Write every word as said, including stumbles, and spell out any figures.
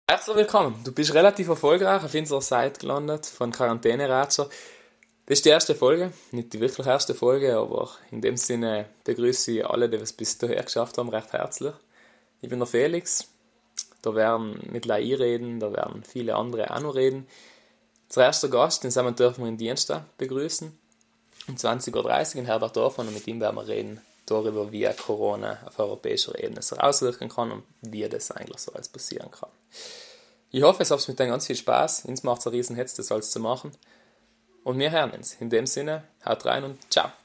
Herzlich willkommen. Du bist relativ erfolgreich auf unserer Seite gelandet von Quarantäne-Ratscher. Das ist die erste Folge, nicht die wirklich erste Folge, aber in dem Sinne begrüße ich alle, die es bis dahin geschafft haben, recht herzlich. Ich bin der Felix, da werden mit Lai reden, da werden viele andere auch noch reden. Der erste Gast, den wir dürfen wir in Dienstag begrüßen, um zwanzig Uhr dreißig in Herbert Dorfmann, und mit ihm werden wir reden darüber, wie Corona auf europäischer Ebene sich auswirken kann und wie das eigentlich so alles passieren kann. Ich hoffe, es habt mit denen ganz viel Spaß. Uns macht es einen riesen Hetz, das alles zu machen. Und wir hören uns. In dem Sinne, haut rein und ciao.